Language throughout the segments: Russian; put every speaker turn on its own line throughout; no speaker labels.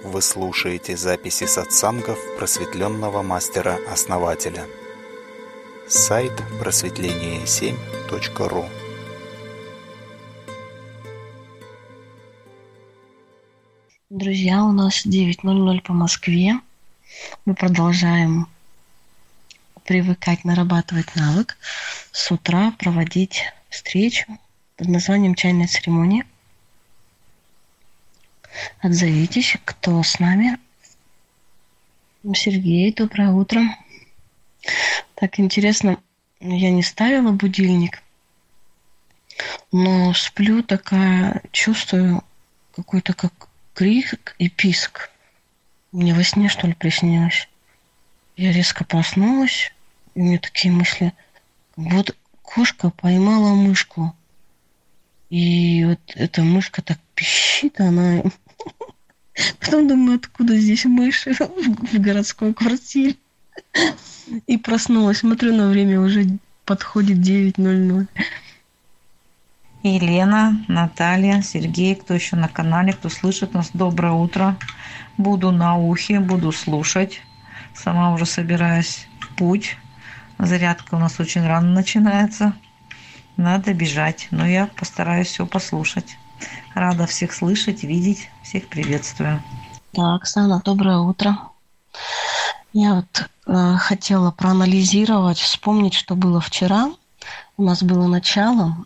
Вы слушаете записи сатсангов просветленного мастера-основателя. Сайт просветление7.ру.
Друзья, у нас 9:00 по Москве. Мы продолжаем привыкать, нарабатывать навык с утра проводить встречу под названием «Чайная церемония». Отзовитесь, кто с нами. Сергей, доброе утро. Так интересно, я не ставила будильник, но сплю такая, чувствую какой-то как крик и писк. Мне во сне, что ли, приснилось. Я резко проснулась, и у меня такие мысли. Вот кошка поймала мышку. И вот эта мышка так пищит, она... Потом думаю, откуда здесь мыши в городской квартире. И проснулась. Смотрю на время, уже подходит 9:00.
Елена, Наталья, Сергей, кто еще на канале, кто слышит нас, доброе утро. Буду на ухе, буду слушать. Сама уже собираюсь в путь. Зарядка у нас очень рано начинается. Надо бежать, но я постараюсь все послушать. Рада всех слышать, видеть. Всех приветствую.
Да, Оксана, доброе утро. Я вот хотела проанализировать, вспомнить, что было вчера. У нас было начало.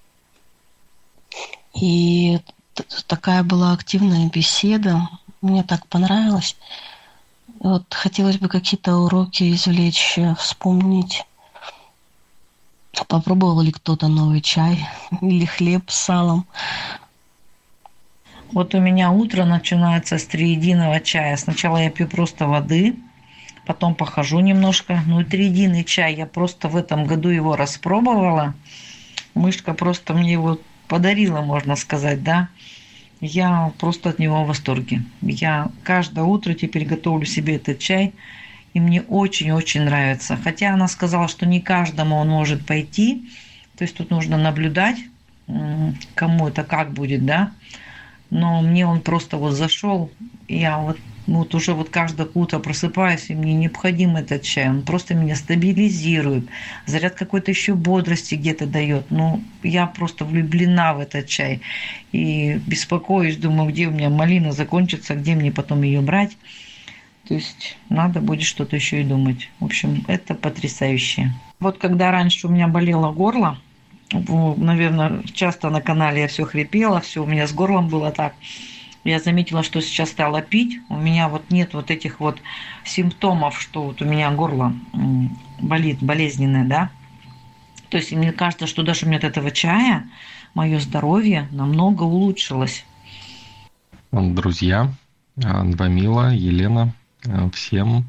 И такая была активная беседа. Мне так понравилось. Вот хотелось бы какие-то уроки извлечь, вспомнить. Попробовал ли кто-то новый чай или хлеб с салом?
Вот у меня утро начинается с триединого чая. Сначала я пью просто воды, потом похожу немножко. Ну и триединый чай, я просто в этом году его распробовала. Мышка просто мне его подарила, можно сказать, да. Я просто от него в восторге. Я каждое утро теперь готовлю себе этот чай, и мне очень-очень нравится. Хотя она сказала, что не каждому он может пойти, то есть тут нужно наблюдать, кому это как будет, да. Но мне он просто вот зашел, я вот уже вот каждое утро просыпаюсь, и мне необходим этот чай. Он просто меня стабилизирует, заряд какой-то еще бодрости где-то дает. Ну, я просто влюблена в этот чай. И беспокоюсь, думаю, где у меня малина закончится, где мне потом ее брать. То есть надо будет что-то еще и думать. В общем, это потрясающе. Вот когда раньше у меня болело горло, наверное, часто на канале я все хрипела, все у меня с горлом было так. Я заметила, что сейчас стала пить. У меня вот нет вот этих вот симптомов, что вот у меня горло болит, болезненное, да. То есть мне кажется, что даже у меня от этого чая мое здоровье намного улучшилось.
Друзья, Двамила, Елена, всем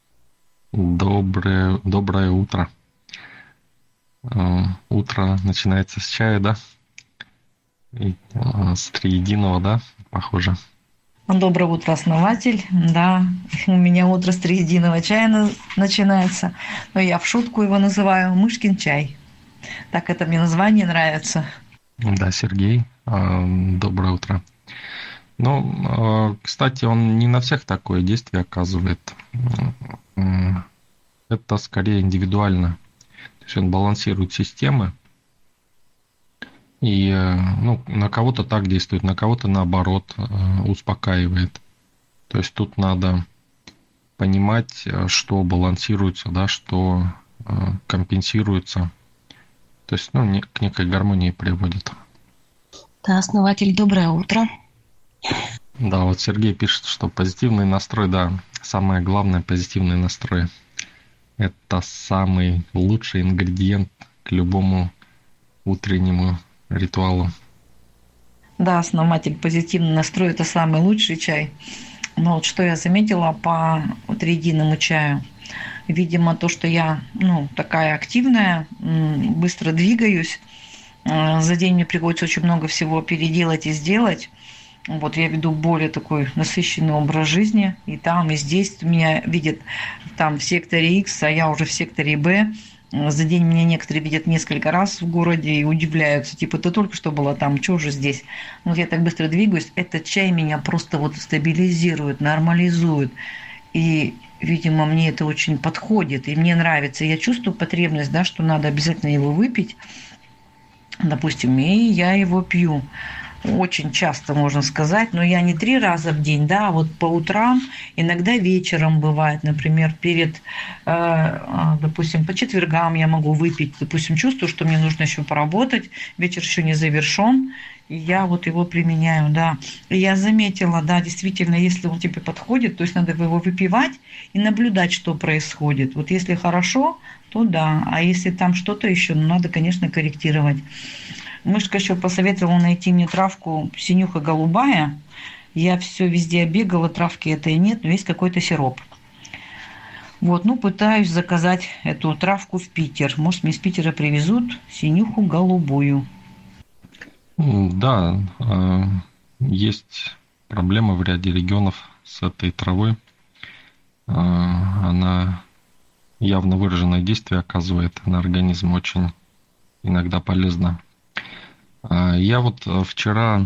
доброе утро. Утро начинается с чая, да? И, с триединого, да, похоже.
Доброе утро, основатель. Да, у меня утро с триединого чая начинается. Но я в шутку его называю «Мышкин чай». Так это мне название нравится.
Да, Сергей, доброе утро. Ну, кстати, он не на всех такое действие оказывает. Это скорее индивидуально. То есть он балансирует системы. И на кого-то так действует, на кого-то наоборот успокаивает. То есть тут надо понимать, что балансируется, да, что компенсируется. То есть к некой гармонии приводит.
Да, основатель, доброе утро.
Да, вот Сергей пишет, что позитивный настрой, да, самое главное позитивный настрой. Это самый лучший ингредиент к любому утреннему ритуалу.
Да, основатель, позитивный настрой – это самый лучший чай. Но вот что я заметила по триединому чаю. Видимо, то, что я такая активная, быстро двигаюсь, за день мне приходится очень много всего переделать и сделать. Вот я веду более такой насыщенный образ жизни, и там, и здесь меня видят там в секторе X, а я уже в секторе Б. За день меня некоторые видят несколько раз в городе и удивляются, типа, ты только что была там, что уже здесь? Но вот я так быстро двигаюсь, этот чай меня просто вот стабилизирует, нормализует. И, видимо, мне это очень подходит, и мне нравится. Я чувствую потребность, да, что надо обязательно его выпить, допустим, и я его пью. Очень часто, можно сказать, но я не 3 раза в день, да, а вот по утрам, иногда вечером бывает, например, перед, допустим, по четвергам я могу выпить, допустим, чувствую, что мне нужно еще поработать, вечер еще не завершен, и я вот его применяю, да. И я заметила, да, действительно, если он тебе подходит, то есть надо его выпивать и наблюдать, что происходит. Вот если хорошо, то да, а если там что-то еще, ну, надо, конечно, корректировать. Мышка еще посоветовала найти мне травку синюха голубая. Я все везде оббегала, травки этой нет, но есть какой-то сироп. Вот, ну, пытаюсь заказать эту травку в Питер. Может, мне из Питера привезут синюху голубую.
Да, есть проблемы в ряде регионов с этой травой. Она явно выраженное действие оказывает на организм, очень иногда полезно. Я вот вчера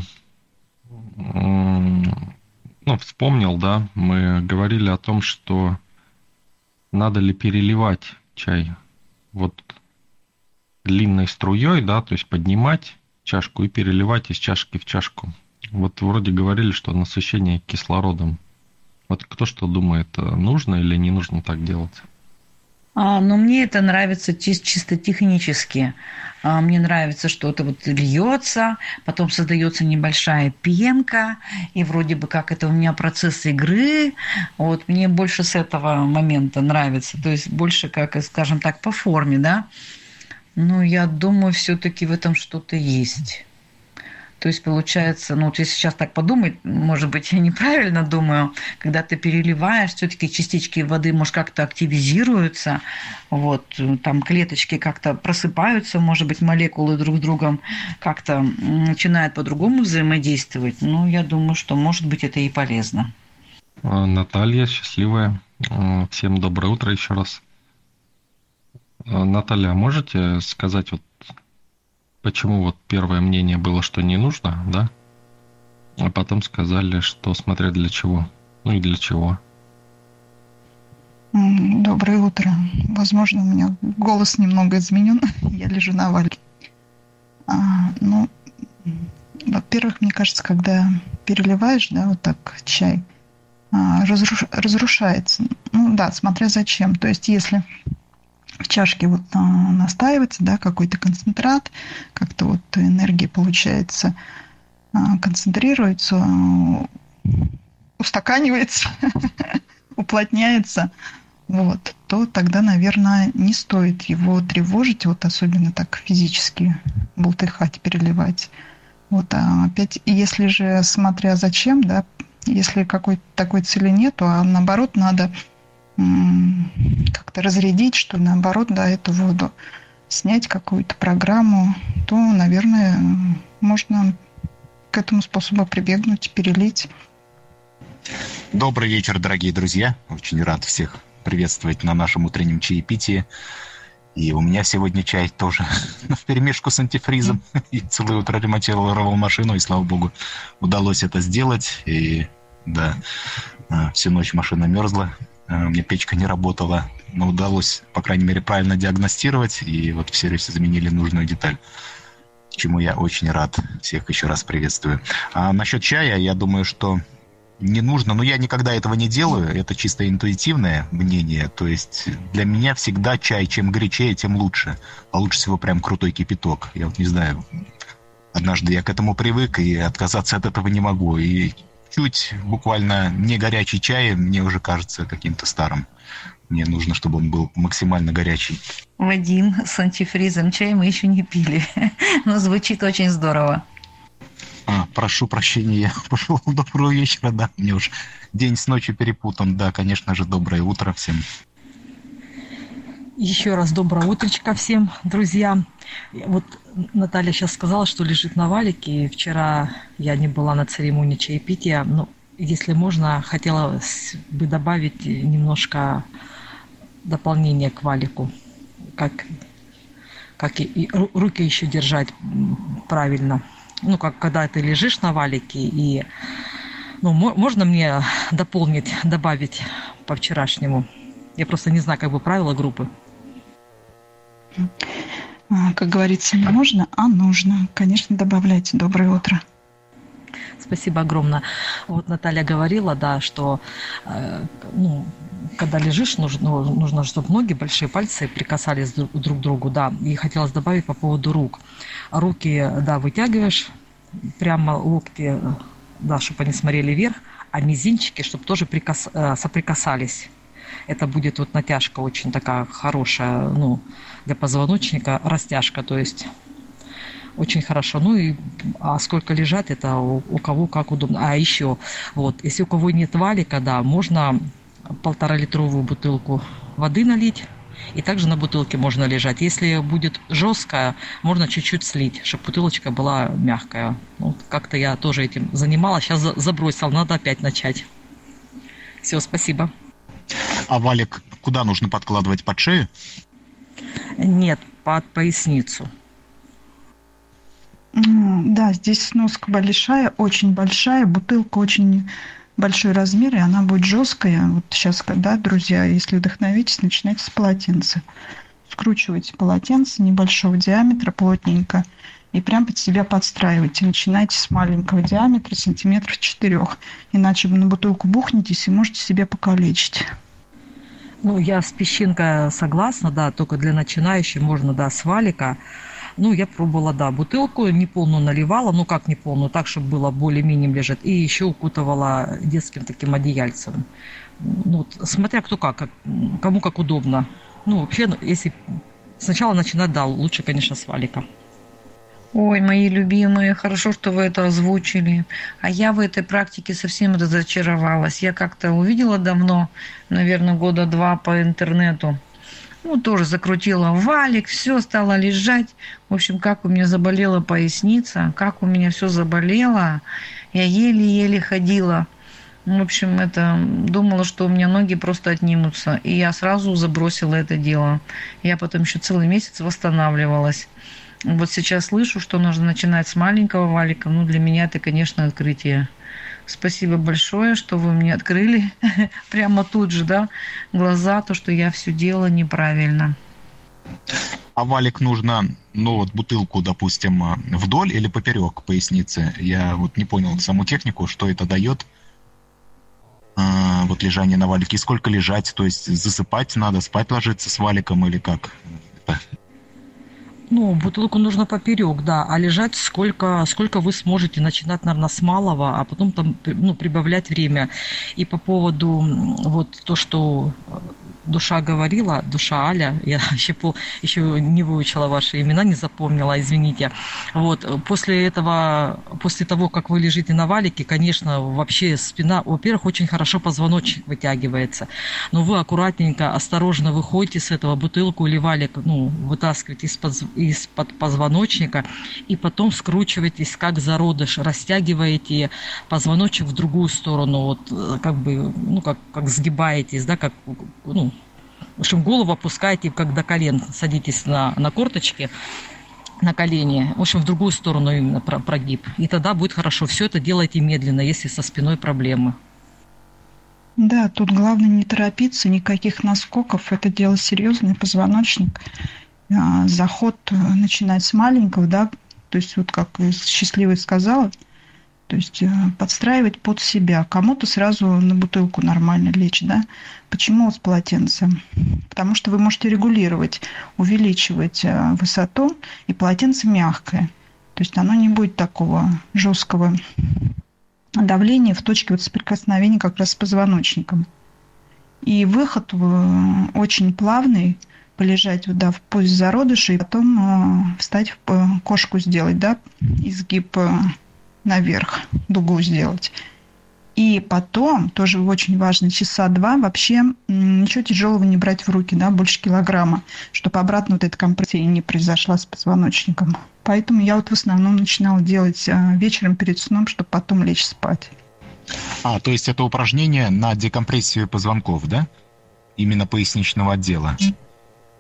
вспомнил, да, мы говорили о том, что надо ли переливать чай вот длинной струей, да, то есть поднимать чашку и переливать из чашки в чашку. Вот вроде говорили, что насыщение кислородом. Вот кто что думает, нужно или не нужно так делать?
Но мне это нравится чисто технически. Мне нравится, что это вот льется, потом создается небольшая пенка, и вроде бы как это у меня процесс игры. Вот мне больше с этого момента нравится, то есть больше, как, скажем так, по форме, да. Но я думаю, все-таки в этом что-то есть. То есть получается, ну вот если сейчас так подумать, может быть, я неправильно думаю, когда ты переливаешь, все-таки частички воды, может, как-то активизируются, вот, там клеточки как-то просыпаются, может быть, молекулы друг с другом как-то начинают по-другому взаимодействовать. Ну, я думаю, что, может быть, это и полезно.
Наталья, счастливая. Всем доброе утро еще раз. Наталья, можете сказать, вот почему вот первое мнение было, что не нужно, да? А потом сказали, что смотря для чего. Ну и для чего.
Доброе утро. Возможно, у меня голос немного изменен. Я лежу на вальке. Ну, во-первых, мне кажется, когда переливаешь, да, вот так чай, разрушается. Ну да, смотря зачем. То есть, если в чашке вот настаивается, да, какой-то концентрат, как-то вот энергия, получается, концентрируется, устаканивается, уплотняется, вот, то тогда, наверное, не стоит его тревожить, вот особенно так физически бултыхать, переливать. Вот, а опять, если же, смотря зачем, да, если какой-то такой цели нету, а наоборот, надо как-то разрядить, что наоборот, да, эту воду снять, какую-то программу, то, наверное, можно к этому способу прибегнуть, перелить.
Добрый вечер, дорогие друзья. Очень рад всех приветствовать на нашем утреннем чаепитии. И у меня сегодня чай тоже вперемешку с антифризом. И целое утро ремонтировал машину, и, слава богу, удалось это сделать. И да, всю ночь машина мерзла. У меня печка не работала, но удалось, по крайней мере, правильно диагностировать, и вот в сервисе заменили нужную деталь, чему я очень рад. Всех еще раз приветствую. А насчет чая, я думаю, что не нужно, но я никогда этого не делаю, это чисто интуитивное мнение, то есть для меня всегда чай, чем горячее, тем лучше, а лучше всего прям крутой кипяток. Я вот не знаю, однажды я к этому привык, и отказаться от этого не могу, и чуть буквально не горячий чай мне уже кажется каким-то старым. Мне нужно, чтобы он был максимально горячий.
Вадим, с антифризом чай мы еще не пили, но звучит очень здорово.
Прошу прощения, я пошел. Доброго вечера, да, мне уж день с ночью перепутан. Да, конечно же, доброе утро всем.
Еще раз доброе утречко всем, друзья. Вот Наталья сейчас сказала, что лежит на валике. И вчера я не была на церемонии чаепития. Но, если можно, хотела бы добавить немножко дополнения к валику. как и руки еще держать правильно. Ну, как когда ты лежишь на валике, и можно мне дополнить, добавить по вчерашнему? Я просто не знаю, как бы правила группы.
Как говорится, не можно, а нужно. Конечно, добавляйте. Доброе утро.
Спасибо огромное. Вот Наталья говорила, да, что когда лежишь, нужно, чтобы ноги, большие пальцы прикасались друг к другу, да. И хотелось добавить по поводу рук. Руки, да, вытягиваешь, прямо локти, да, чтобы они смотрели вверх, а мизинчики, чтобы тоже соприкасались. Это будет вот натяжка очень такая хорошая, для позвоночника, растяжка, то есть очень хорошо. А сколько лежать, это у кого как удобно. А еще, вот, если у кого нет валика, да, можно 1,5-литровую бутылку воды налить, и также на бутылке можно лежать. Если будет жесткая, можно чуть-чуть слить, чтобы бутылочка была мягкая. Вот как-то я тоже этим занималась, сейчас забросила, надо опять начать. Все, спасибо.
А валик куда нужно подкладывать, под шею?
Нет, под поясницу.
Да, здесь сноска большая, очень большая, бутылка очень большой размер, и она будет жесткая. Вот сейчас, когда, друзья, если вдохновитесь, начинайте с полотенца. Скручивайте полотенце небольшого диаметра плотненько и прям под себя подстраивайте. Начинайте с маленького диаметра, 4 сантиметров. Иначе вы на бутылку бухнетесь и можете себя покалечить.
Я с песчинкой согласна, да, только для начинающих можно, да, с валика. Я пробовала, да, бутылку неполную наливала, как неполную, так, чтобы было более-менее лежать, и еще укутывала детским таким одеяльцем. Смотря кто кому как удобно. Вообще, если сначала начинать, да, лучше, конечно, с валика.
Ой, мои любимые, хорошо, что вы это озвучили. А я в этой практике совсем разочаровалась. Я как-то увидела давно, наверное, 2 года по интернету. Тоже закрутила валик, все стало лежать. В общем, как у меня заболела поясница, как у меня все заболело. Я еле-еле ходила. В общем, думала, что у меня ноги просто отнимутся. И я сразу забросила это дело. Я потом еще целый месяц восстанавливалась. Вот сейчас слышу, что нужно начинать с маленького валика. Для меня это, конечно, открытие. Спасибо большое, что вы мне открыли прямо тут же, да, глаза, то, что я все делала неправильно.
А валик нужно, бутылку, допустим, вдоль или поперек поясницы? Я не понял саму технику, что это дает, лежание на валике. И сколько лежать, то есть засыпать надо, спать ложиться с валиком или как?
Бутылку нужно поперек, да, а лежать сколько вы сможете, начинать, наверное, с малого, а потом там, прибавлять время. И по поводу то, что душа говорила, душа Аля, я еще не выучила ваши имена, не запомнила, извините. После того, как вы лежите на валике, конечно, вообще спина, во-первых, очень хорошо позвоночник вытягивается. Но вы аккуратненько, осторожно выходите с этого, бутылку или валик, вытаскиваете из-под позвоночника и потом скручиваетесь, как зародыш, растягиваете позвоночник в другую сторону, как сгибаетесь, да, как, в общем, голову опускаете, как до колен, садитесь на корточки, на колени, в общем, в другую сторону именно прогиб. И тогда будет хорошо. Все это делайте медленно, если со спиной проблемы.
Да, тут главное не торопиться, никаких наскоков. Это дело серьезное, позвоночник. Заход начинать с маленького, да, то есть как счастливый сказала, то есть подстраивать под себя. Кому-то сразу на бутылку нормально лечь, да. Почему с полотенцем? Потому что вы можете регулировать, увеличивать высоту, и полотенце мягкое. То есть оно не будет такого жесткого давления в точке соприкосновения как раз с позвоночником. И выход очень плавный, полежать в позе зародыша, и потом встать в кошку сделать, да, изгиб наверх, дугу сделать. И потом, тоже очень важно, часа 2 вообще ничего тяжелого не брать в руки, да, больше килограмма, чтобы обратно эта компрессия не произошла с позвоночником. Поэтому я в основном начинала делать вечером перед сном, чтобы потом лечь спать.
То есть это упражнение на декомпрессию позвонков, да? Именно поясничного отдела?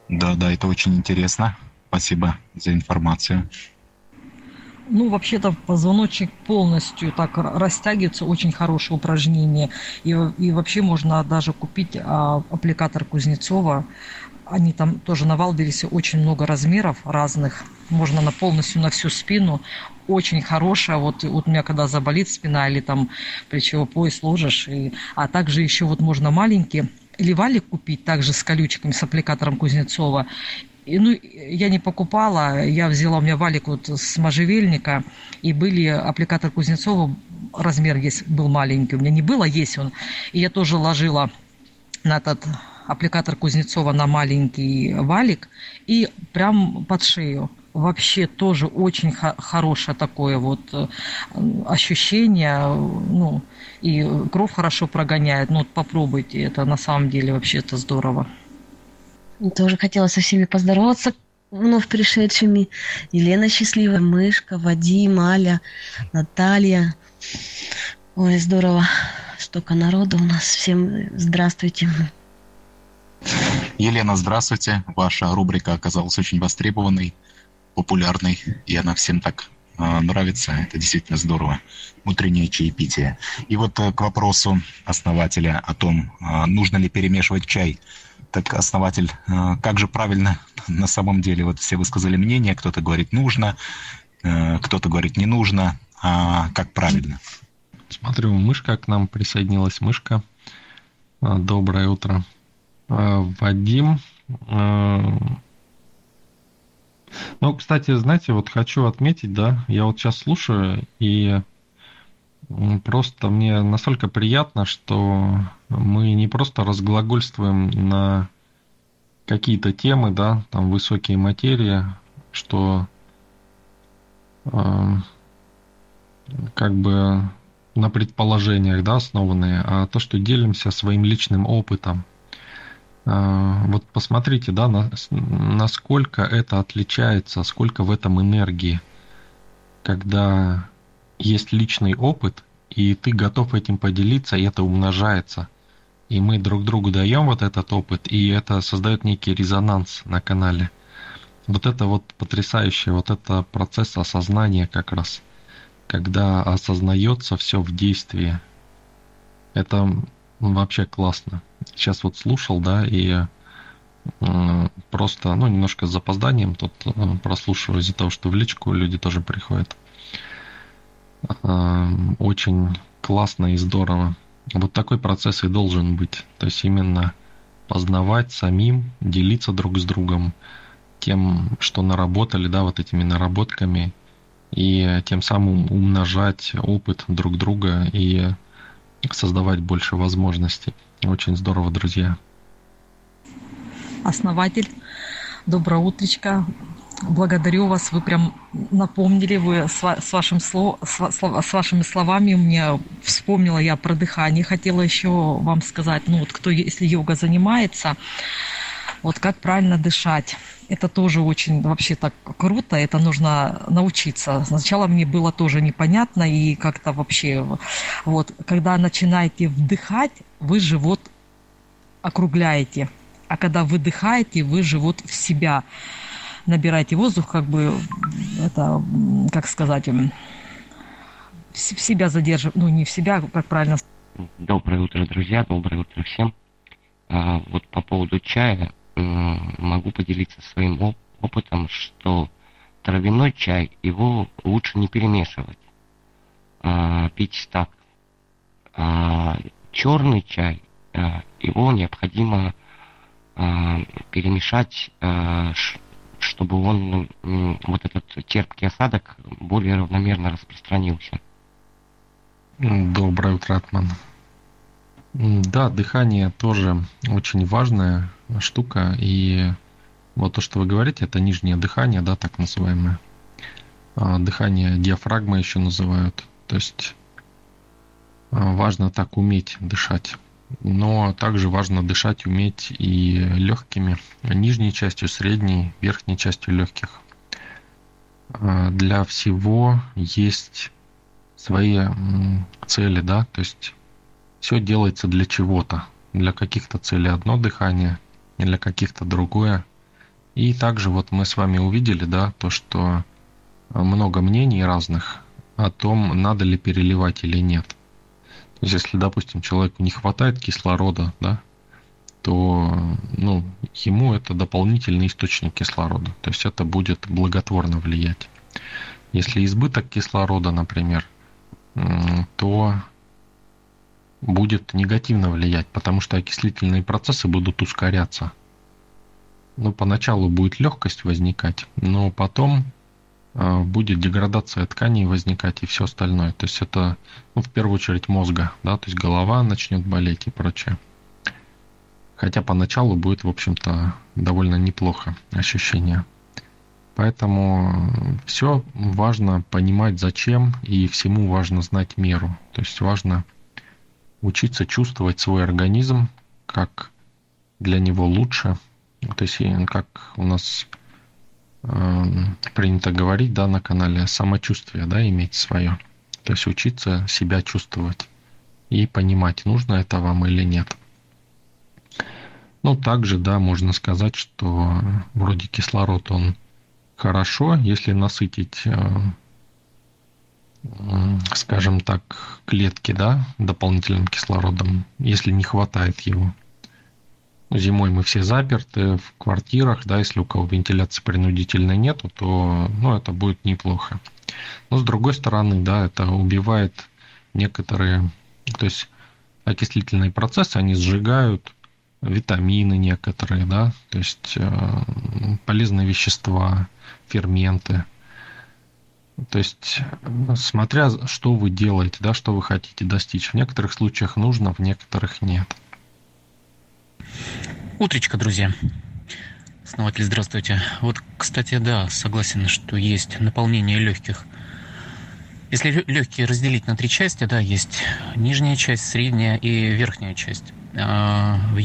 Да, это очень интересно. Спасибо за информацию.
Ну, вообще-то позвоночник полностью так растягивается, очень хорошее упражнение. И вообще можно даже купить аппликатор Кузнецова. Они там тоже на Валбересе очень много размеров разных. Можно полностью на всю спину. Очень хорошая. Вот у меня когда заболит спина или там плечевой пояс ложишь. А также еще вот можно маленький или валик купить, также с колючками, с аппликатором Кузнецова. Я не покупала, я взяла, у меня валик вот с можжевельника, и были аппликатор Кузнецова, размер есть, был маленький, у меня не было, есть он. И я тоже ложила на этот аппликатор Кузнецова на маленький валик и прям под шею. Вообще тоже очень хорошее такое вот ощущение, и кровь хорошо прогоняет. Вот попробуйте, это на самом деле вообще это здорово.
Тоже хотела со всеми поздороваться, вновь пришедшими. Елена счастливая, Мышка, Вадим, Аля, Наталья. Ой, здорово, столько народу у нас. Всем здравствуйте.
Елена, здравствуйте. Ваша рубрика оказалась очень востребованной, популярной, и она всем так нравится. Это действительно здорово. Утреннее чаепитие. И вот к вопросу основателя о том, нужно ли перемешивать чай. Так, основатель, как же правильно на самом деле? Вот все высказали мнение, кто-то говорит нужно, кто-то говорит не нужно. А как правильно?
Смотрю, Мышка к нам присоединилась. Мышка, доброе утро. Вадим. Кстати, знаете, вот хочу отметить, да, я вот сейчас слушаю, и просто мне настолько приятно, что мы не просто разглагольствуем на какие-то темы, да, там высокие материи, что как бы на предположениях, да, основанные, а то, что делимся своим личным опытом. Вот посмотрите, да, насколько это отличается, сколько в этом энергии, когда есть личный опыт, и ты готов этим поделиться, и это умножается. И мы друг другу даем вот этот опыт, и это создает некий резонанс на канале. Вот это вот потрясающе, вот это процесс осознания как раз, когда осознается все в действии. Это вообще классно. Сейчас вот слушал, да, и просто, немножко с запозданием тут прослушиваю из-за того, что в личку люди тоже приходят. Очень классно и здорово. Вот такой процесс и должен быть. То есть именно познавать самим, делиться друг с другом тем, что наработали, да, вот этими наработками, и тем самым умножать опыт друг друга и создавать больше возможностей. Очень здорово, друзья.
Основатель, доброе утречко. Благодарю вас, вы прям напомнили, вы с вашими словами мне вспомнила я про дыхание. Хотела еще вам сказать, кто, если йога занимается, вот как правильно дышать. Это тоже очень вообще так круто, это нужно научиться. Сначала мне было тоже непонятно и как-то вообще, вот, когда начинаете вдыхать, вы живот округляете, а когда выдыхаете, вы живот в себя набираете воздух, это, как сказать, в себя задерживать, не в себя, как правильно.
Доброе утро, друзья, доброе утро всем. Вот по поводу чая могу поделиться своим опытом, что травяной чай, его лучше не перемешивать, пить так. Черный чай, его необходимо перемешать, чтобы он, вот этот терпкий осадок, более равномерно распространился.
Доброе утро, Атман. Да, дыхание тоже очень важная штука, и вот то, что вы говорите, это нижнее дыхание, да, так называемое. Дыхание диафрагмы еще называют. То есть важно так уметь дышать. Но также важно дышать, уметь и легкими, нижней частью, средней, верхней частью легких. Для всего есть свои цели, да, то есть все делается для чего-то. Для каких-то целей одно дыхание, для каких-то другое. И также вот мы с вами увидели, да, то, что много мнений разных о том, надо ли переливать или нет. То есть, если, допустим, человеку не хватает кислорода, да, то ему это дополнительный источник кислорода. То есть это будет благотворно влиять. Если избыток кислорода, например, то будет негативно влиять, потому что окислительные процессы будут ускоряться. Поначалу будет легкость возникать, но потом будет деградация тканей возникать и все остальное. То есть это, в первую очередь, мозга, да, то есть голова начнет болеть и прочее. Хотя поначалу будет, в общем-то, довольно неплохо ощущение. Поэтому все важно понимать, зачем, и всему важно знать меру. То есть важно учиться чувствовать свой организм, как для него лучше. То есть как у нас принято говорить, да, на канале, самочувствие, да, иметь свое. То есть учиться себя чувствовать и понимать, нужно это вам или нет. Также, да, можно сказать, что вроде кислород, он хорошо, если насытить, скажем так, клетки, да, дополнительным кислородом, если не хватает его. Зимой мы все заперты в квартирах, да, если у кого вентиляции принудительной нету, то, это будет неплохо. Но с другой стороны, да, это убивает некоторые, то есть окислительные процессы, они сжигают витамины некоторые, да, то есть полезные вещества, ферменты. То есть, смотря что вы делаете, да, что вы хотите достичь. В некоторых случаях нужно, в некоторых нет.
Утречка, друзья. Основатель, здравствуйте. Вот, кстати, да, согласен, что есть наполнение легких. Если легкие разделить на 3 части, да, есть нижняя часть, средняя и верхняя часть. В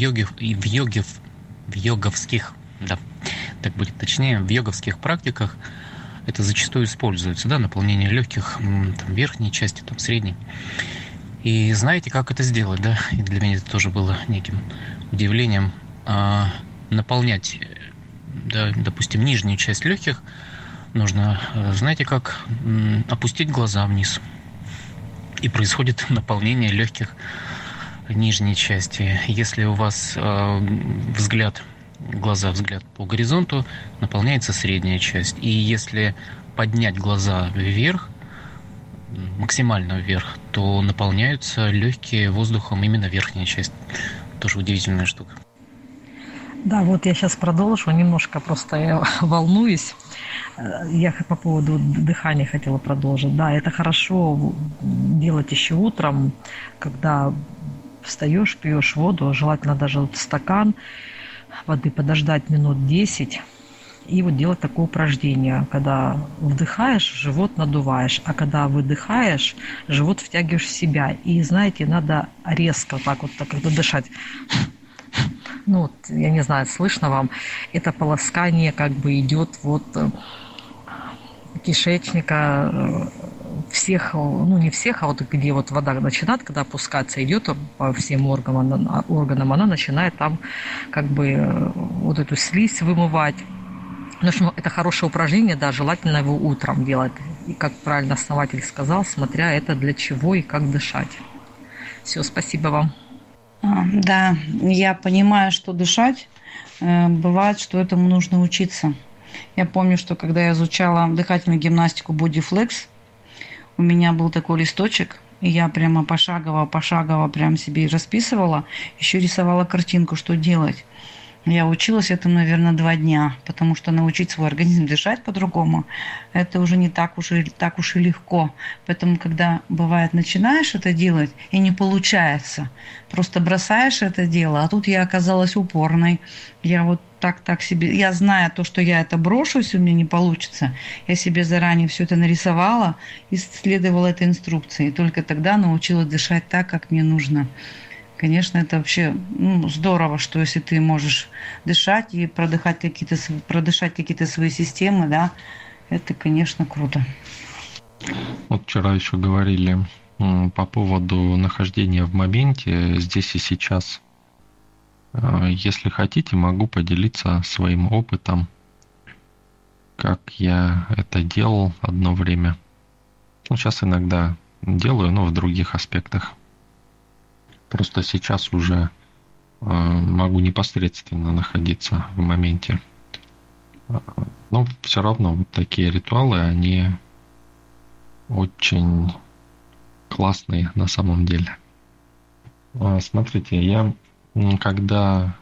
йоговских, да, так будет точнее, в йоговских практиках это зачастую используется, да, наполнение легких, там, верхней части, там, средней. И знаете, как это сделать, да? И для меня это тоже было неким удивлением. Наполнять, да, допустим, нижнюю часть легких нужно, знаете как, опустить глаза вниз. И происходит наполнение легких нижней части. Если у вас взгляд по горизонту, наполняется средняя часть. И если поднять глаза вверх, максимально вверх, то наполняются легкие воздухом именно верхняя часть. Тоже удивительная штука.
Да, вот я сейчас продолжу. Немножко просто я волнуюсь. Я по поводу дыхания хотела продолжить. Да, это хорошо делать еще утром, когда встаешь, пьешь воду, желательно даже стакан воды, подождать минут 10 и вот делать такое упражнение. Когда вдыхаешь, живот надуваешь, а когда выдыхаешь, живот втягиваешь в себя. И, знаете, надо резко так вот, когда дышать. Я не знаю, слышно вам, это полоскание как бы идет вот кишечника всех, не всех, а вот где вот вода начинает, когда опускаться, идет по всем органам, она начинает там как бы вот эту слизь вымывать. В общем, это хорошее упражнение, да, желательно его утром делать. И, как правильно основатель сказал, смотря это для чего и как дышать. Все, спасибо вам.
Да, я понимаю, что дышать. Бывает, что этому нужно учиться. Я помню, что когда я изучала дыхательную гимнастику Bodyflex, у меня был такой листочек, и я прямо пошагово прям себе расписывала, еще рисовала картинку, что делать. Я училась этому, наверное, 2 дня, потому что научить свой организм дышать по-другому, это уже не так уж и легко. Поэтому, когда бывает, начинаешь это делать и не получается, просто бросаешь это дело, а тут я оказалась упорной. Я вот так себе, я зная то, что я это брошусь, у меня не получится, я себе заранее все это нарисовала и следовала этой инструкции. И только тогда научилась дышать так, как мне нужно. Конечно, это вообще здорово, что если ты можешь дышать и продышать какие-то свои системы, да, это, конечно, круто.
Вот вчера еще говорили по поводу нахождения в моменте здесь и сейчас. Если хотите, могу поделиться своим опытом. как я это делал одно время. Ну, сейчас иногда делаю, но в других аспектах. Просто сейчас уже могу непосредственно находиться в моменте. Но все равно вот такие ритуалы, они очень классные на самом деле. Смотрите, я когда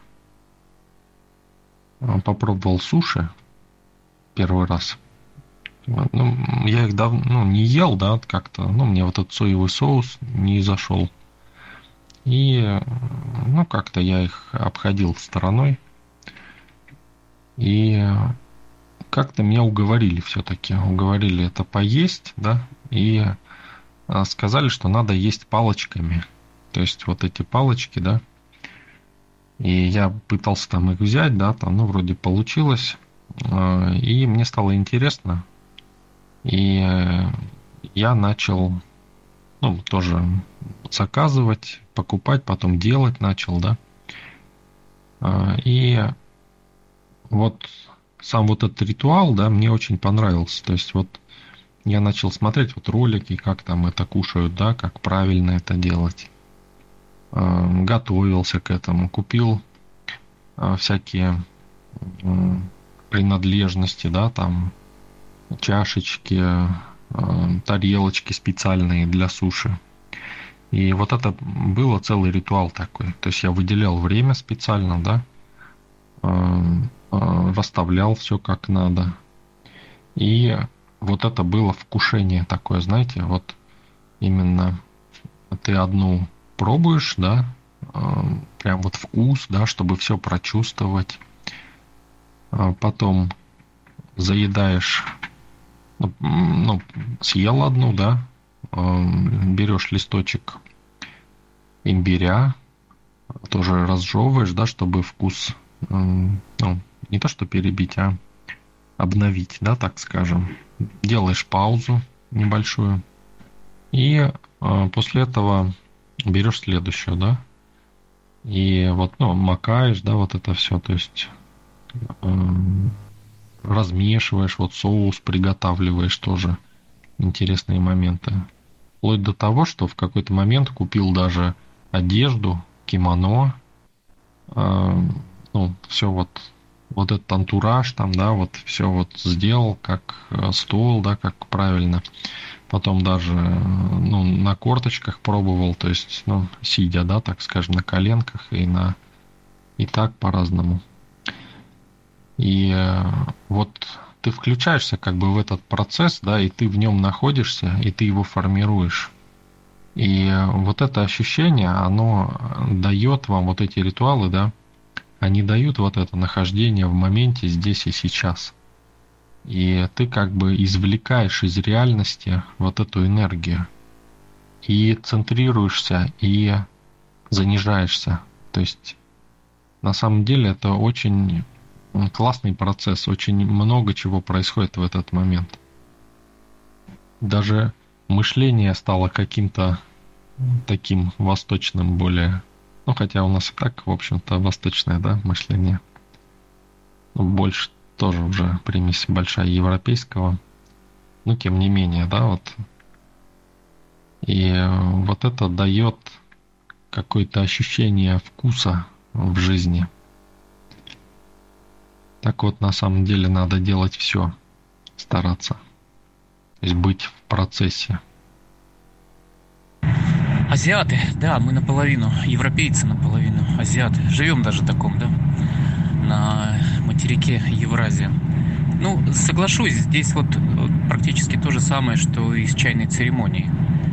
попробовал суши первый раз, ну, я их давно не ел, да, как-то, ну, мне вот этот соевый соус не зашел. И, ну, как-то я их обходил стороной. И как-то меня уговорили все-таки. Уговорили это поесть, да, и сказали, что надо есть палочками. То есть вот эти палочки, да. И я пытался там их взять, да, там, ну, вроде получилось. И мне стало интересно. И я начал, ну, тоже заказывать, покупать, потом делать начал, да. И вот сам вот этот ритуал, да, мне очень понравился. То есть вот я начал смотреть вот ролики, как там это кушают, да, как правильно это делать. Готовился к этому, купил всякие принадлежности, да, там чашечки, тарелочки специальные для суши. И вот это было целый ритуал такой. То есть я выделял время специально, да, расставлял все как надо. И вот это было вкушение такое, знаете, вот именно ты одну пробуешь, да, прям вот вкус, да, чтобы все прочувствовать. Потом заедаешь, ну, съел одну, да, берешь листочек имбиря, тоже разжевываешь, да, чтобы вкус, ну, не то что перебить, а обновить, да, так скажем. Делаешь паузу небольшую и после этого берешь следующую, да, и вот, ну, макаешь, да, вот это все, то есть размешиваешь, вот соус приготавливаешь, тоже интересные моменты. Вплоть до того, что в какой-то момент купил даже одежду, кимоно, ну, все вот этот антураж там, да, вот все вот сделал, как стол, да, как правильно. Потом даже, ну, на корточках пробовал, то есть, ну, сидя, да, так скажем, на коленках и так по-разному. И вот ты включаешься как бы в этот процесс, да, и ты в нем находишься, и ты его формируешь. И вот это ощущение, оно дает вам вот эти ритуалы, да, они дают вот это нахождение в моменте здесь и сейчас. И ты как бы извлекаешь из реальности вот эту энергию. И центрируешься, и занижаешься. То есть на самом деле это очень классный процесс, очень много чего происходит в этот момент. Даже мышление стало каким-то таким восточным более. Ну, хотя у нас и так, в общем-то, восточное, да, мышление. Ну, больше тоже уже примесь большая европейского. Но тем не менее, да, вот. И вот это дает какое-то ощущение вкуса в жизни. Так вот, на самом деле, надо делать все, стараться. То есть быть в процессе.
Азиаты, да, мы наполовину, европейцы наполовину, азиаты. Живем даже в таком, да, на материке Евразия. Ну, соглашусь, здесь вот практически то же самое, что и с чайной церемонией.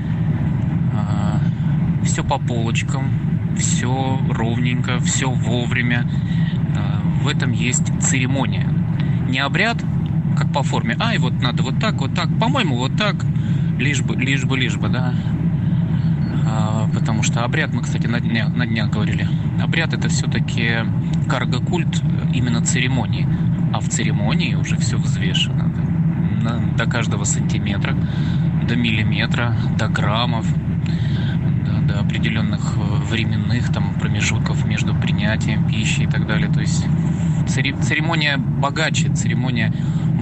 Все по полочкам, все ровненько, все вовремя. В этом есть церемония. Не обряд, как по форме, и вот надо вот так, по-моему, вот так, лишь бы, да. Потому что обряд, мы, кстати, на днях говорили, обряд — это все-таки карго-культ именно церемонии. А в церемонии уже все взвешено. Да? До каждого сантиметра, до миллиметра, до граммов, да, до определенных временных там промежутков между принятием пищи и так далее. То есть церемония богаче, церемония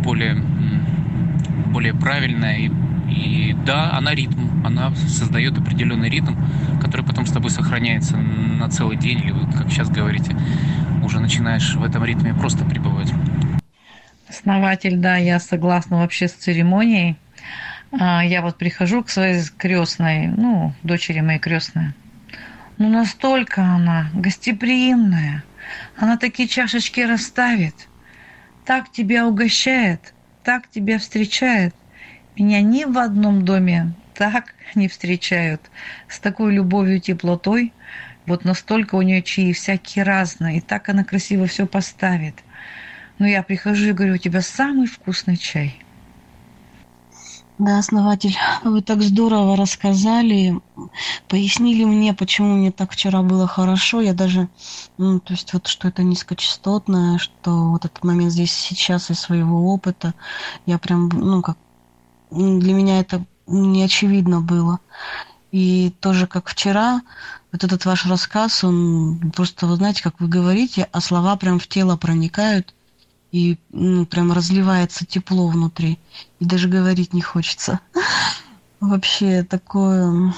более правильная. И да, она ритм, она создает определенный ритм, который потом с тобой сохраняется на целый день, или вот, как сейчас говорите, уже начинаешь в этом ритме просто пребывать.
Основатель, да, я согласна вообще с церемонией. Я вот прихожу к своей крестной, дочери моей крестной. Настолько она гостеприимная. Она такие чашечки расставит, так тебя угощает, так тебя встречает. Меня ни в одном доме так не встречают, с такой любовью и теплотой. Вот настолько у нее чаи всякие разные, и так она красиво все поставит. Но я прихожу и говорю, у тебя самый вкусный чай.
Да, основатель, вы так здорово рассказали, пояснили мне, почему мне так вчера было хорошо. Я даже, то есть вот, что это низкочастотное, что вот этот момент здесь сейчас из своего опыта, я прям, для меня это не очевидно было. И тоже как вчера, вот этот ваш рассказ, он просто, вы знаете, как вы говорите, а слова прям в тело проникают, и прям разливается тепло внутри. И даже говорить не хочется. Вообще такое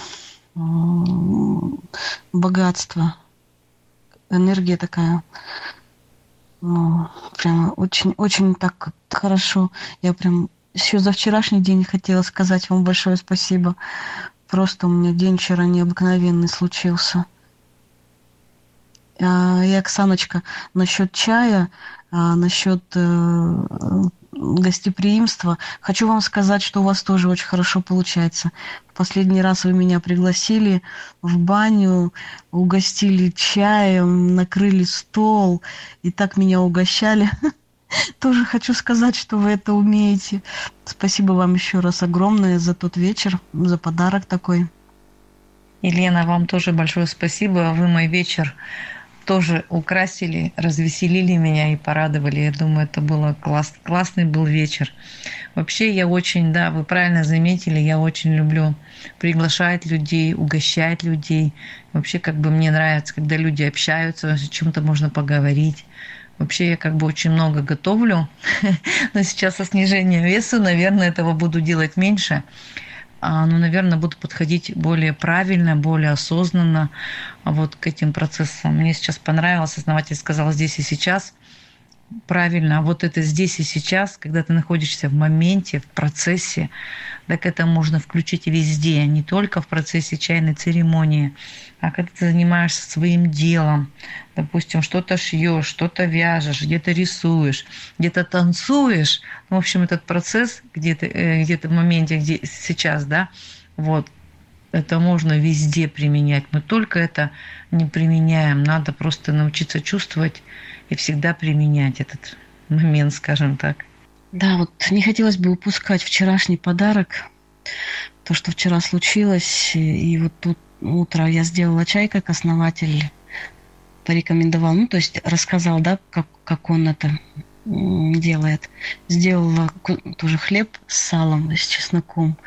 богатство. Энергия такая. Прям очень так хорошо. Я прям еще за вчерашний день хотела сказать вам большое спасибо. Просто у меня день вчера необыкновенный случился. И, Оксаночка, насчет чая, насчет гостеприимства, хочу вам сказать, что у вас тоже очень хорошо получается. В последний раз вы меня пригласили в баню, угостили чаем, накрыли стол и так меня угощали. Тоже хочу сказать, что вы это умеете. Спасибо вам еще раз огромное за тот вечер, за подарок такой.
Елена, вам тоже большое спасибо. Вы мой вечер тоже украсили, развеселили меня и порадовали. Я думаю, это было классный был вечер. Вообще я очень, да, вы правильно заметили, я очень люблю приглашать людей, угощать людей. Вообще мне нравится, когда люди общаются, о чем-то можно поговорить. Вообще я очень много готовлю, но сейчас со снижением веса, наверное, этого буду делать меньше. Но, наверное, буду подходить более правильно, более осознанно вот к этим процессам. Мне сейчас понравилось, основатель сказал «здесь и сейчас». Правильно, вот это здесь и сейчас, когда ты находишься в моменте, в процессе, так это можно включить везде, не только в процессе чайной церемонии, а когда ты занимаешься своим делом, допустим, что-то шьешь, что-то вяжешь, где-то рисуешь, где-то танцуешь, в общем, этот процесс где-то в моменте, где сейчас, да, вот, это можно везде применять. Мы только это не применяем, надо просто научиться чувствовать и всегда применять этот момент, скажем так.
Да, вот не хотелось бы упускать вчерашний подарок, то, что вчера случилось. И вот тут утро я сделала чай, как основатель порекомендовал, то есть рассказал, да, как он это делает. Сделала тоже хлеб с салом, с чесноком.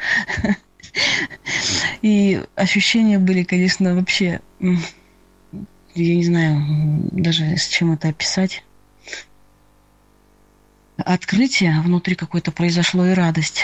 И ощущения были, конечно, вообще... Я не знаю даже, с чем это описать. Открытие внутри какое-то произошло и радость.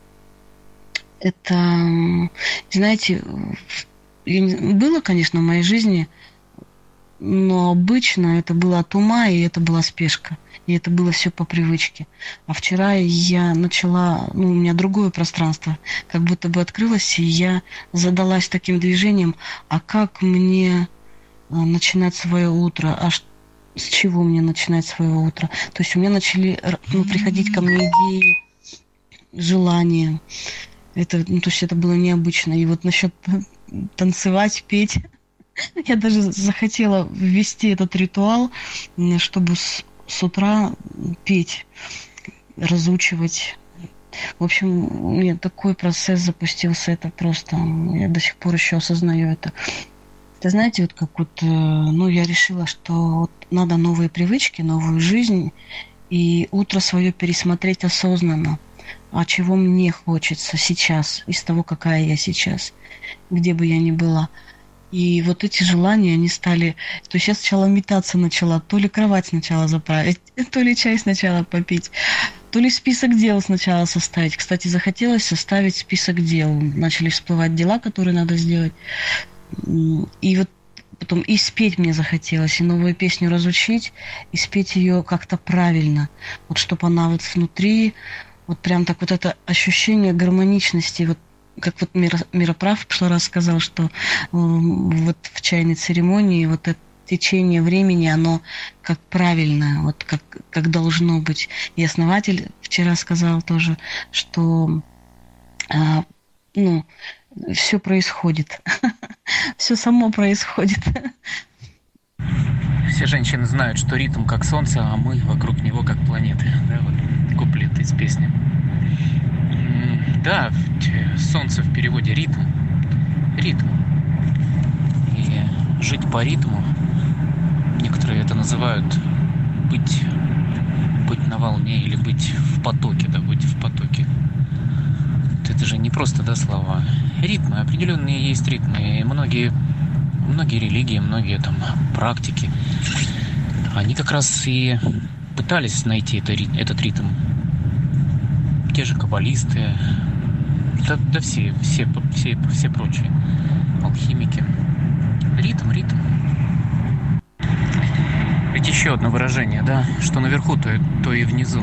Это, знаете, было, конечно, в моей жизни, но обычно это было от ума, и это была спешка. И это было все по привычке. А вчера я начала, у меня другое пространство, как будто бы открылось, и я задалась таким движением, а как мне... начинать свое утро. С чего мне начинать свое утро? То есть у меня начали приходить ко мне идеи, желания. То есть это было необычно. И вот насчет танцевать, петь, я даже захотела ввести этот ритуал, чтобы с утра петь, разучивать. В общем, у меня такой процесс запустился, это просто... Я до сих пор еще осознаю это. Ты знаете, я решила, что надо новые привычки, новую жизнь, и утро свое пересмотреть осознанно. А чего мне хочется сейчас, из того, какая я сейчас, где бы я ни была. И вот эти желания, они стали... То есть я сначала метаться начала, то ли кровать сначала заправить, то ли чай сначала попить. то ли список дел сначала составить. Кстати, захотелось составить список дел. Начали всплывать дела, которые надо сделать. И вот потом и спеть мне захотелось, и новую песню разучить, и спеть ее как-то правильно. Вот чтобы она вот внутри, вот прям так вот это ощущение гармоничности, вот как вот Мироправ в прошлый раз сказал, что вот в чайной церемонии вот это течение времени, оно как правильно, вот как должно быть. И основатель вчера сказал тоже, что все происходит. Все само происходит.
Все женщины знают, что ритм как солнце, а мы вокруг него как планеты. Да, вот куплет из песни. Да, солнце в переводе ритм. Ритм. И жить по ритму, некоторые это называют быть на волне или быть в потоке, да, быть в потоке. Это же не просто, да, слова. Ритмы, определенные есть ритмы. И многие религии, многие там практики, они как раз и пытались найти этот ритм. Те же каббалисты, да все прочие алхимики. Ритм. Ведь еще одно выражение, да, что наверху, то и внизу.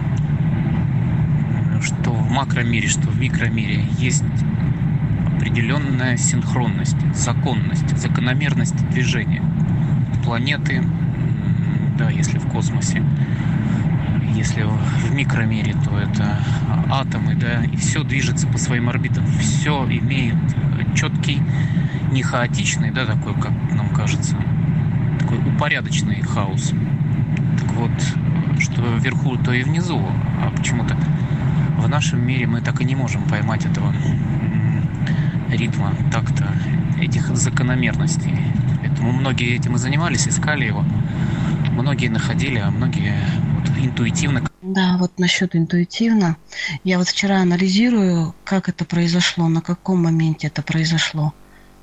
Что в макромире, что в микромире есть определенная синхронность, законность, закономерность движения. Планеты, да, если в космосе, если в микромире, то это атомы, да, и все движется по своим орбитам, все имеет четкий, не хаотичный, да, такой, как нам кажется, такой упорядоченный хаос. Так вот, что вверху, то и внизу, а почему-то в нашем мире мы так и не можем поймать этого ритма, такта, этих закономерностей. Поэтому многие этим и занимались, искали его. Многие находили, а многие вот интуитивно.
Да, вот насчет интуитивно. Я вот вчера анализирую, как это произошло, на каком моменте это произошло.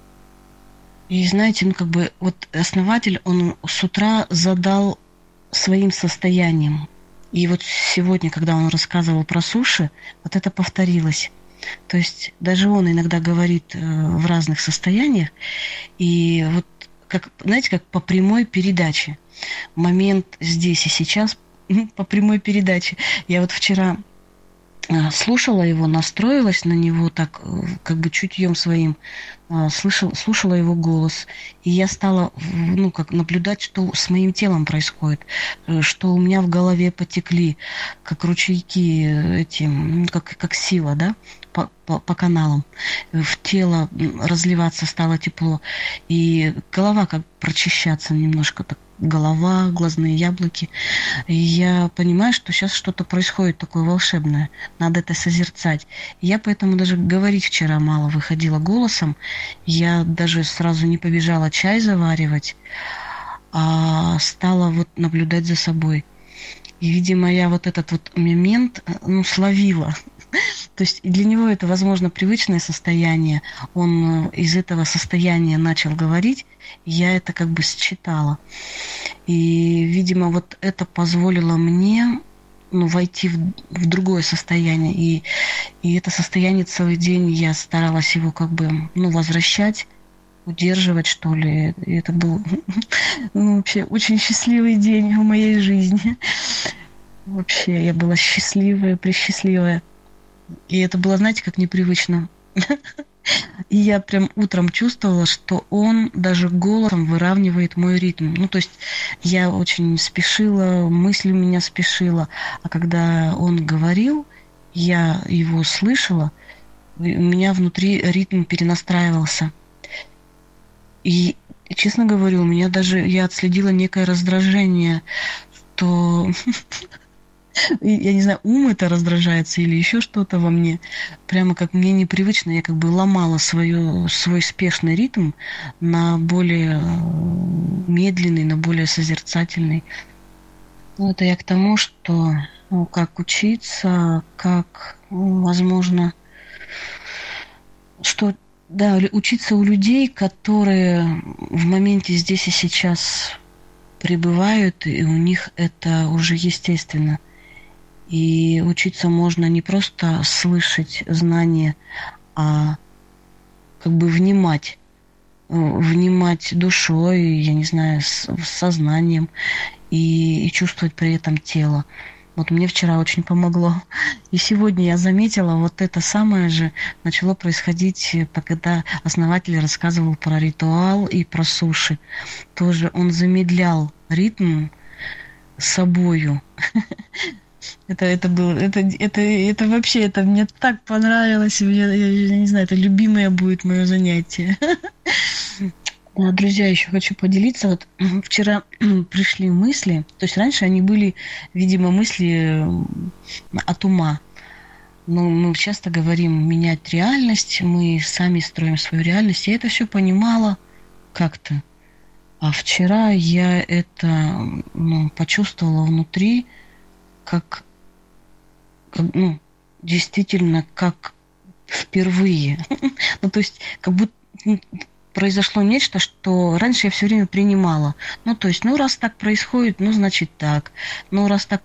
И знаете, вот основатель, он с утра задал своим состоянием. И вот сегодня, когда он рассказывал про суши, вот это повторилось. То есть даже он иногда говорит в разных состояниях. И вот, знаете, как по прямой передаче. Момент здесь и сейчас по прямой передаче. Я вот вчера слушала его, настроилась на него так, как бы чутьем своим, слушала его голос. И я стала, как наблюдать, что с моим телом происходит, что у меня в голове потекли, как ручейки эти, как сила, да, по каналам. В тело разливаться стало тепло. И голова как прочищаться немножко так. Голова, глазные яблоки. И я понимаю, что сейчас что-то происходит такое волшебное. Надо это созерцать. И я поэтому даже говорить вчера мало выходила голосом. Я даже сразу не побежала чай заваривать, а стала вот наблюдать за собой. И, видимо, я вот этот вот момент, словила. То есть для него это, возможно, привычное состояние. Он из этого состояния начал говорить, и я это как бы считала. И, видимо, вот это позволило мне войти в другое состояние. И это состояние целый день я старалась его как бы возвращать, удерживать, что ли. И это был вообще очень счастливый день в моей жизни. Вообще, я была счастливая, пресчастливая. И это было, знаете, как непривычно. И я прям утром чувствовала, что он даже голосом выравнивает мой ритм. То есть я очень спешила, мысль у меня спешила. А когда он говорил, я его слышала, у меня внутри ритм перенастраивался. И, честно говорю, у меня даже, я отследила некое раздражение, что... Я не знаю, ум это раздражается или еще что-то во мне. Прямо как мне непривычно, я как бы ломала свой спешный ритм на более медленный, на более созерцательный. Это я к тому, что как учиться, как, возможно, что, да, учиться у людей, которые в моменте здесь и сейчас пребывают, и у них это уже естественно. И учиться можно не просто слышать знания, а как бы внимать душой, я не знаю, сознанием и чувствовать при этом тело. Вот мне вчера очень помогло. И сегодня я заметила, вот это самое же начало происходить, когда основатель рассказывал про ритуал и про суши. Тоже он замедлял ритм собою. Это вообще, это мне так понравилось. Я не знаю, это любимое будет мое занятие. Да, друзья, еще хочу поделиться. Вот вчера пришли мысли, то есть раньше они были, видимо, мысли от ума. Но мы часто говорим менять реальность, мы сами строим свою реальность. Я это все понимала как-то. А вчера я это почувствовала внутри, как действительно, как впервые. Ну, то есть, как будто произошло нечто, что раньше я все время принимала. Ну, то есть, раз так происходит, значит так. Раз так,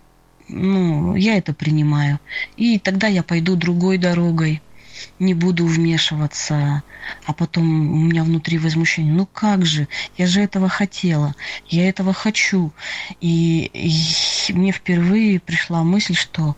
я это принимаю. И тогда я пойду другой дорогой, не буду вмешиваться. А потом у меня внутри возмущение. Как же? Я же этого хотела. Я этого хочу. И мне впервые пришла мысль, что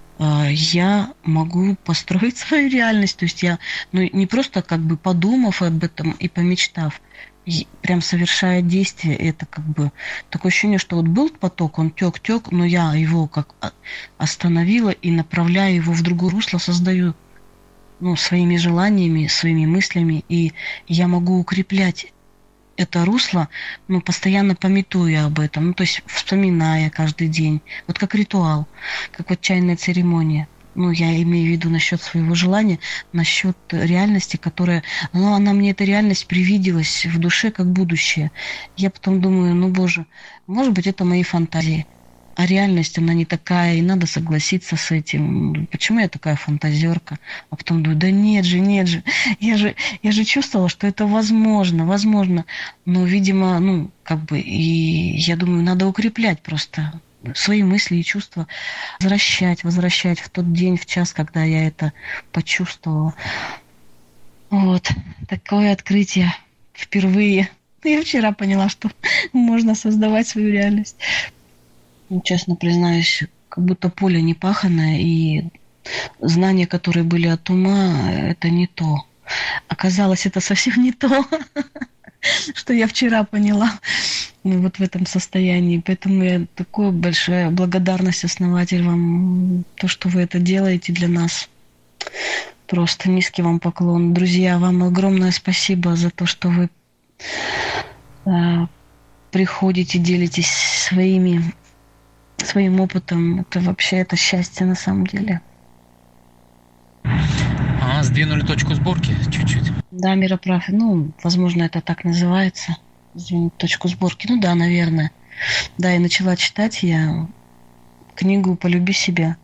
я могу построить свою реальность. То есть я, не просто как бы подумав об этом и помечтав, прям совершая действие, это как бы такое ощущение, что вот был поток, он тек, но я его как остановила и направляя его в другое русло, создаю своими желаниями, своими мыслями, и я могу укреплять это русло, постоянно памятуя об этом, то есть вспоминая каждый день, вот как ритуал, как вот чайная церемония. Я имею в виду насчет своего желания, насчет реальности, которая, она мне, эта реальность привиделась в душе как будущее. Я потом думаю, Боже, может быть, это мои фантазии. А реальность, она не такая, и надо согласиться с этим. Почему я такая фантазерка? А потом думаю, да нет же. Я же чувствовала, что это возможно. Но, видимо, и я думаю, надо укреплять просто свои мысли и чувства, возвращать в тот день, в час, когда я это почувствовала. Вот, такое открытие впервые. Я вчера поняла, что можно создавать свою реальность. Честно признаюсь, как будто поле не паханое, и знания, которые были от ума, это не то. Оказалось, это совсем не то, что я вчера поняла вот в этом состоянии. Поэтому я такая большая благодарность, основатель, вам, то, что вы это делаете для нас. Просто низкий вам поклон. Друзья, вам огромное спасибо за то, что вы приходите, делитесь своим опытом. Это вообще, это счастье на самом деле.
Сдвинули точку сборки чуть-чуть.
Да, Мироправ, возможно, это так называется. Сдвинуть точку сборки. Да, наверное. Да, и начала читать я книгу «Полюби себя».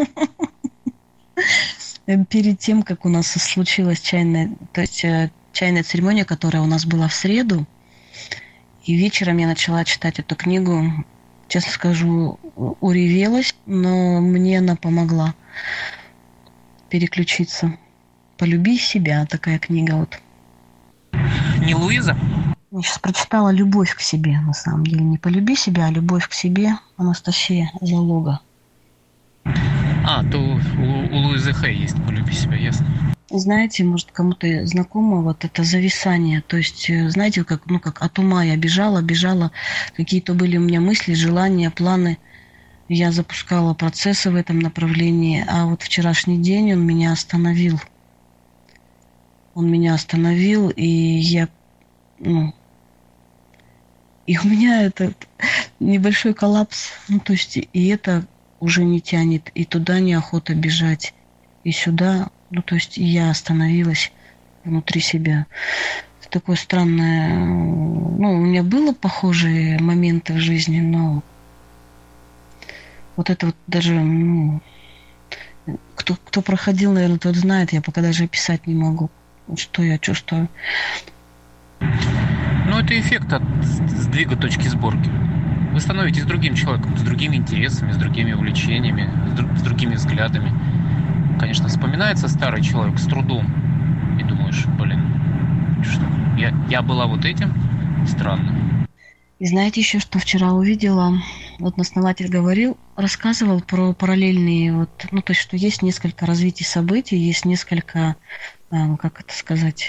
Перед тем, как у нас случилась чайная церемония, которая у нас была в среду, и вечером я начала читать эту книгу. Честно скажу, уревелась, но мне она помогла переключиться. «Полюби себя», такая книга вот.
Не Луиза?
Я сейчас прочитала «Любовь к себе», на самом деле. Не «Полюби себя», а «Любовь к себе», Анастасия Залога.
То у Луизы Хэй есть «Полюби себя», ясно.
Знаете, может, кому-то знакомо вот это зависание. То есть, знаете, как от ума я бежала, какие-то были у меня мысли, желания, планы. Я запускала процессы в этом направлении, а вот вчерашний день он меня остановил. И я, и у меня этот небольшой коллапс. То есть, и это уже не тянет, и туда неохота бежать, и сюда. То есть я остановилась внутри себя. Это такое странное... у меня было похожие моменты в жизни, но вот это вот даже... кто проходил, наверное, тот знает, я пока даже описать не могу, что я чувствую.
Это эффект от сдвига точки сборки. вы становитесь другим человеком, с другими интересами, с другими увлечениями, с другими взглядами. Конечно, вспоминается старый человек с трудом, и думаешь, что я была вот этим, странно.
И знаете еще, что вчера увидела? Вот основатель рассказывал про параллельные, то есть, что есть несколько развитий событий, есть несколько, как это сказать,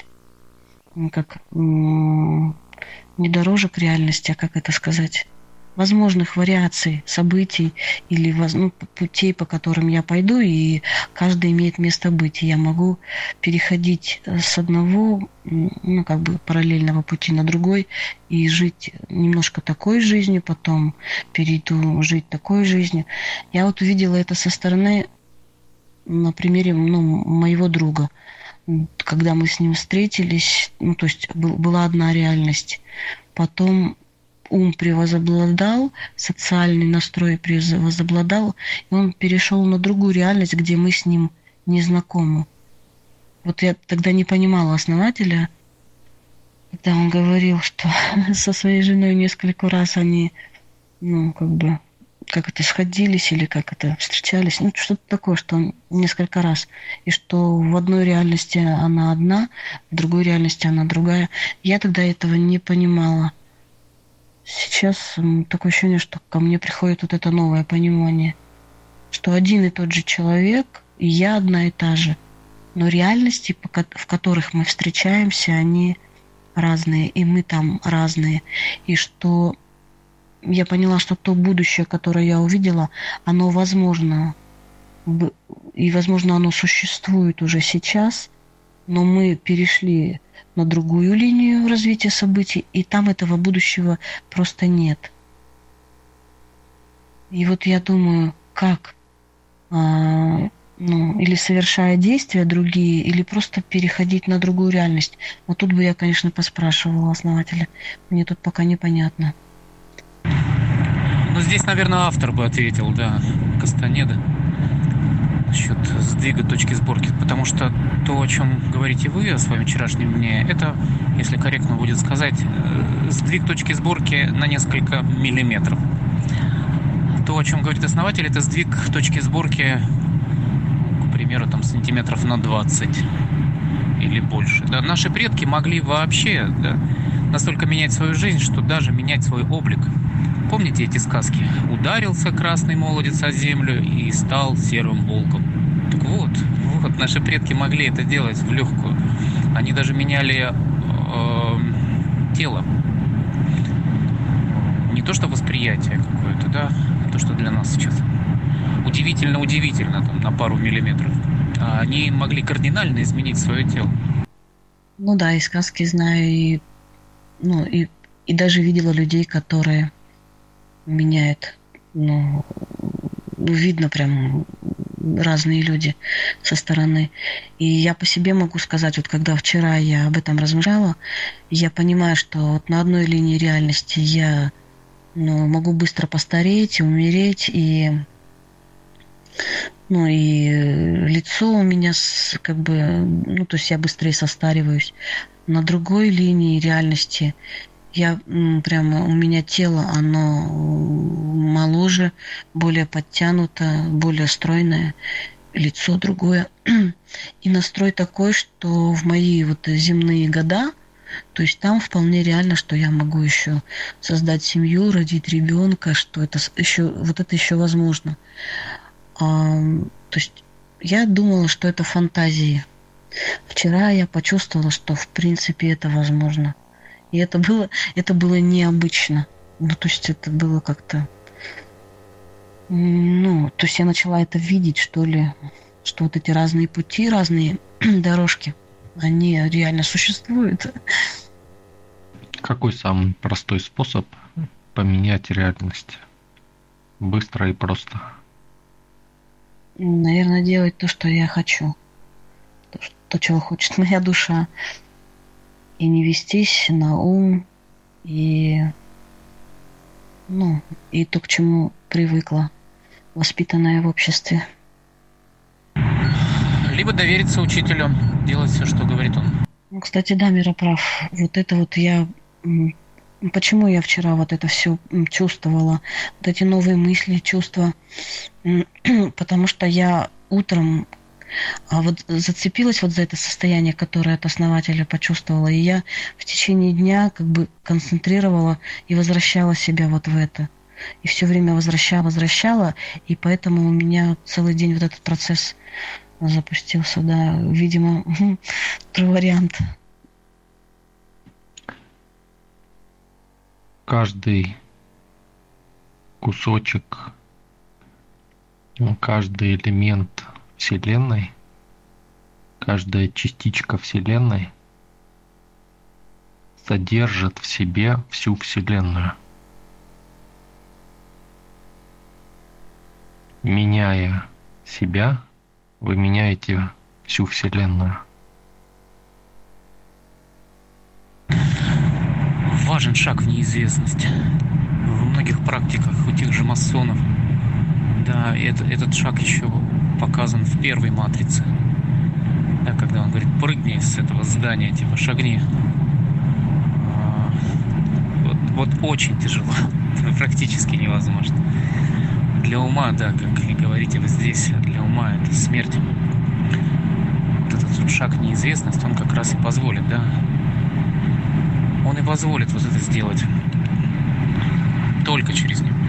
не дорожек реальности, а как это сказать, возможных вариаций событий или путей, по которым я пойду, и каждый имеет место быть. И я могу переходить с одного, параллельного пути на другой и жить немножко такой жизнью, потом перейду жить такой жизнью. Я вот увидела это со стороны, на примере моего друга. Когда мы с ним встретились, то есть была одна реальность. Потом ум превозобладал, социальный настрой превозобладал, и он перешел на другую реальность, где мы с ним не знакомы. Вот я тогда не понимала основателя, когда он говорил, что со своей женой несколько раз они, сходились или встречались, что-то такое, что он несколько раз, и что в одной реальности она одна, в другой реальности она другая. Я тогда этого не понимала. Сейчас такое ощущение, что ко мне приходит вот это новое понимание, что один и тот же человек, и я одна и та же, но реальности, в которых мы встречаемся, они разные, и мы там разные, и что я поняла, что то будущее, которое я увидела, оно возможно, и, возможно, оно существует уже сейчас, но мы перешли на другую линию развития событий, и там этого будущего просто нет. И вот я думаю, как, или совершая действия другие, или просто переходить на другую реальность. Вот тут бы я, конечно, поспрашивала основателя. Мне тут пока непонятно.
Здесь, наверное, автор бы ответил, да, Кастанеда, насчет сдвига точки сборки, потому что то, о чем говорите вы о своем вчерашнем дне, это, если корректно будет сказать, сдвиг точки сборки на несколько миллиметров. То, о чем говорит основатель, это сдвиг точки сборки, к примеру, сантиметров на 20 или больше. Да, наши предки могли вообще настолько менять свою жизнь, что даже менять свой облик. Помните эти сказки? Ударился красный молодец о землю и стал серым волком. Так вот, наши предки могли это делать в легкую. Они даже меняли тело. Не то что восприятие какое-то, да, а то, что для нас сейчас удивительно, на пару миллиметров. А они могли кардинально изменить свое тело.
Да, и сказки знаю, и даже видела людей, которые меняют, видно прям разные люди со стороны. И я по себе могу сказать, вот когда вчера я об этом размышляла, я понимаю, что вот на одной линии реальности я могу быстро постареть, умереть, и лицо у меня то есть я быстрее состариваюсь. На другой линии реальности у меня тело, оно моложе, более подтянуто, более стройное, лицо другое. И настрой такой, что в мои земные года, то есть там вполне реально, что я могу еще создать семью, родить ребенка, что это еще возможно. То есть я думала, что это фантазии. Вчера я почувствовала, что в принципе это возможно. И это было необычно. То есть это было как-то... то есть я начала это видеть, что ли, что вот эти разные пути, разные дорожки, они реально существуют.
Какой самый простой способ поменять реальность? Быстро и просто.
Наверное, делать то, что я хочу. То, чего хочет моя душа. И не вестись на ум, и то, к чему привыкла, воспитанная в обществе.
Либо довериться учителю, делать все, что говорит он.
Кстати, да, Мира прав. Вот это я почему я вчера вот это все чувствовала, вот эти новые мысли, чувства, потому что я утром вот зацепилась вот за это состояние, которое от основателя почувствовала, и я в течение дня как бы концентрировала и возвращала себя вот в это. И все время возвращала, и поэтому у меня целый день вот этот процесс запустился, да, видимо, второй вариант.
Каждый кусочек, каждый элемент Вселенной, каждая частичка Вселенной содержит в себе всю Вселенную. Меняя себя, вы меняете всю Вселенную.
Важен шаг в неизвестность. В многих практиках у тех же масонов, да, этот шаг еще показан в первой матрице. Да, когда он говорит, прыгни с этого здания, типа шагни. Вот очень тяжело, практически невозможно. Для ума, да, как и говорите вы здесь, для ума это смерть. Вот этот шаг в неизвестность, он как раз и позволит, да. Он и позволит вот это сделать. Только через него.